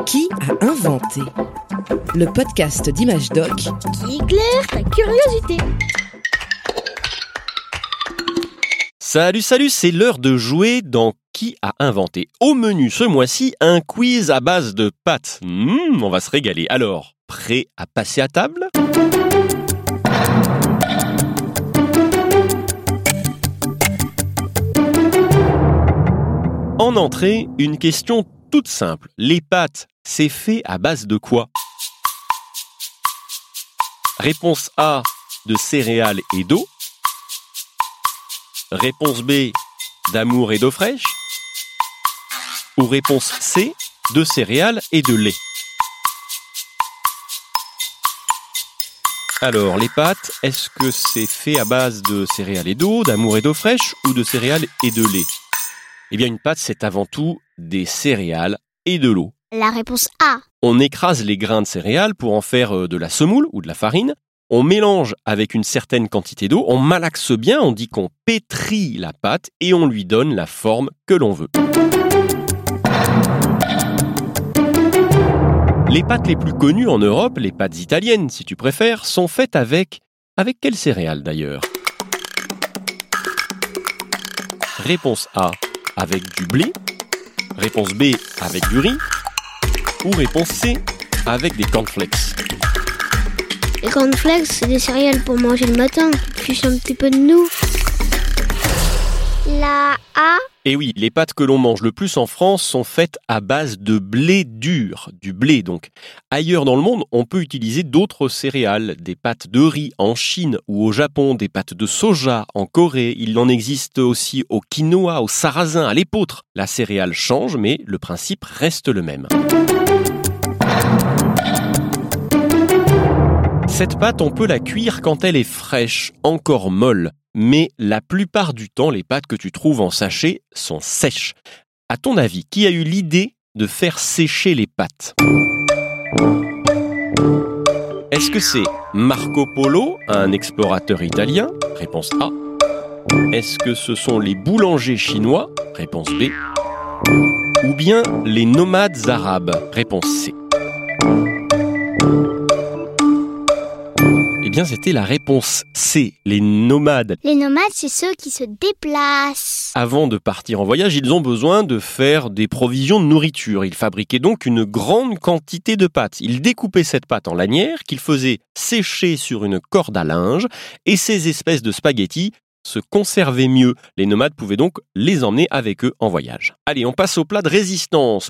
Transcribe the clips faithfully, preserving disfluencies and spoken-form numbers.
Qui a inventé ? Le podcast d'ImageDoc qui éclaire ta curiosité. Salut, salut, c'est l'heure de jouer dans Qui a inventé ? Au menu ce mois-ci, un quiz à base de pâtes. Mmh, on va se régaler. Alors, prêt à passer à table ? En entrée, une question toute simple. Les pâtes, c'est fait à base de quoi ? Réponse A, de céréales et d'eau. Réponse B, d'amour et d'eau fraîche. Ou réponse C, de céréales et de lait. Alors, les pâtes, est-ce que c'est fait à base de céréales et d'eau, d'amour et d'eau fraîche, ou de céréales et de lait ? Eh bien, une pâte, c'est avant tout des céréales et de l'eau. La réponse A. On écrase les grains de céréales pour en faire de la semoule ou de la farine. On mélange avec une certaine quantité d'eau, on malaxe bien, on dit qu'on pétrit la pâte et on lui donne la forme que l'on veut. Les pâtes les plus connues en Europe, les pâtes italiennes si tu préfères, sont faites avec... Avec quelles céréales d'ailleurs ? Réponse A, avec du blé. Réponse B, avec du riz. Ou réponse C, avec des cornflakes. Les cornflakes, c'est des céréales pour manger le matin. Fiche un petit peu de nous. La A. Et oui, les pâtes que l'on mange le plus en France sont faites à base de blé dur, du blé donc. Ailleurs dans le monde, on peut utiliser d'autres céréales, des pâtes de riz en Chine ou au Japon, des pâtes de soja en Corée. Il en existe aussi au quinoa, au sarrasin, à l'épeautre. La céréale change, mais le principe reste le même. Cette pâte, on peut la cuire quand elle est fraîche, encore molle. Mais la plupart du temps, les pâtes que tu trouves en sachet sont sèches. À ton avis, qui a eu l'idée de faire sécher les pâtes ? Est-ce que c'est Marco Polo, un explorateur italien ? Réponse A. Est-ce que ce sont les boulangers chinois ? Réponse B. Ou bien les nomades arabes ? Réponse C. Eh bien, c'était la réponse C, les nomades. Les nomades, c'est ceux qui se déplacent. Avant de partir en voyage, ils ont besoin de faire des provisions de nourriture. Ils fabriquaient donc une grande quantité de pâtes. Ils découpaient cette pâte en lanières qu'ils faisaient sécher sur une corde à linge. Et ces espèces de spaghettis se conservaient mieux. Les nomades pouvaient donc les emmener avec eux en voyage. Allez, on passe au plat de résistance.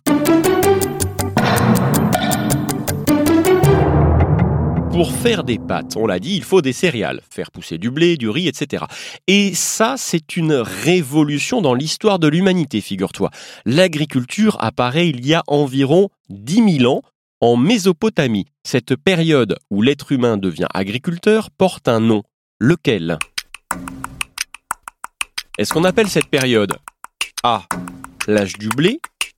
Pour faire des pâtes, on l'a dit, il faut des céréales, faire pousser du blé, du riz, et cetera. Et ça, c'est une révolution dans l'histoire de l'humanité, figure-toi. L'agriculture apparaît il y a environ dix mille ans en Mésopotamie. Cette période où l'être humain devient agriculteur porte un nom. Lequel ? Est-ce qu'on appelle cette période A. L'âge du blé,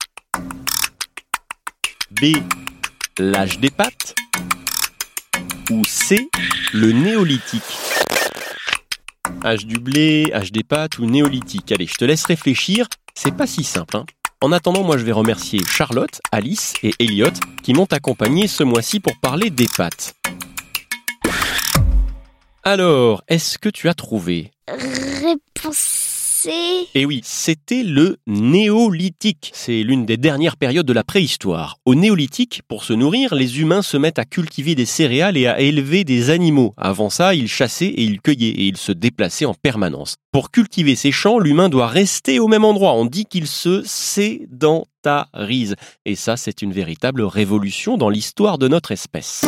B. L'âge des pâtes, ou C, le néolithique. Âge du blé, âge des pâtes ou néolithique. Allez, je te laisse réfléchir, c'est pas si simple, hein. En attendant, moi je vais remercier Charlotte, Alice et Elliot qui m'ont accompagné ce mois-ci pour parler des pâtes. Alors, est-ce que tu as trouvé ? Réponse C. Eh oui, c'était le néolithique. C'est l'une des dernières périodes de la préhistoire. Au néolithique, pour se nourrir, les humains se mettent à cultiver des céréales et à élever des animaux. Avant ça, ils chassaient et ils cueillaient et ils se déplaçaient en permanence. Pour cultiver ces champs, l'humain doit rester au même endroit. On dit qu'il se sédentarise. Et ça, c'est une véritable révolution dans l'histoire de notre espèce.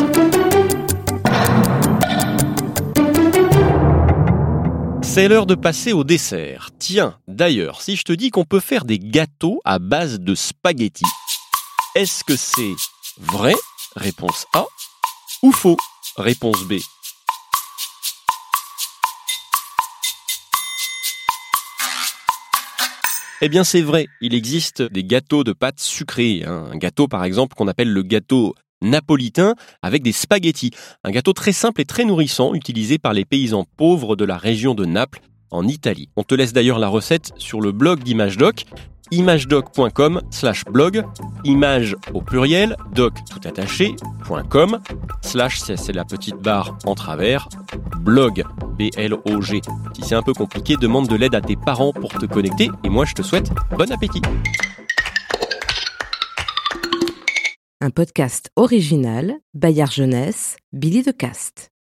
C'est l'heure de passer au dessert. Tiens, d'ailleurs, si je te dis qu'on peut faire des gâteaux à base de spaghettis, est-ce que c'est vrai ? Réponse A. Ou faux ? Réponse B. Eh bien, c'est vrai. Il existe des gâteaux de pâte sucrée. Hein. Un gâteau, par exemple, qu'on appelle le gâteau napolitain avec des spaghettis. Un gâteau très simple et très nourrissant utilisé par les paysans pauvres de la région de Naples en Italie. On te laisse d'ailleurs la recette sur le blog d'ImageDoc. imagedoc.com slash blog, image au pluriel, doc tout attaché, .com, slash, c'est la petite barre en travers, blog, B L O G. Si c'est un peu compliqué, demande de l'aide à tes parents pour te connecter, et moi je te souhaite bon appétit. Un podcast original, Bayard Jeunesse, Billy de Cast.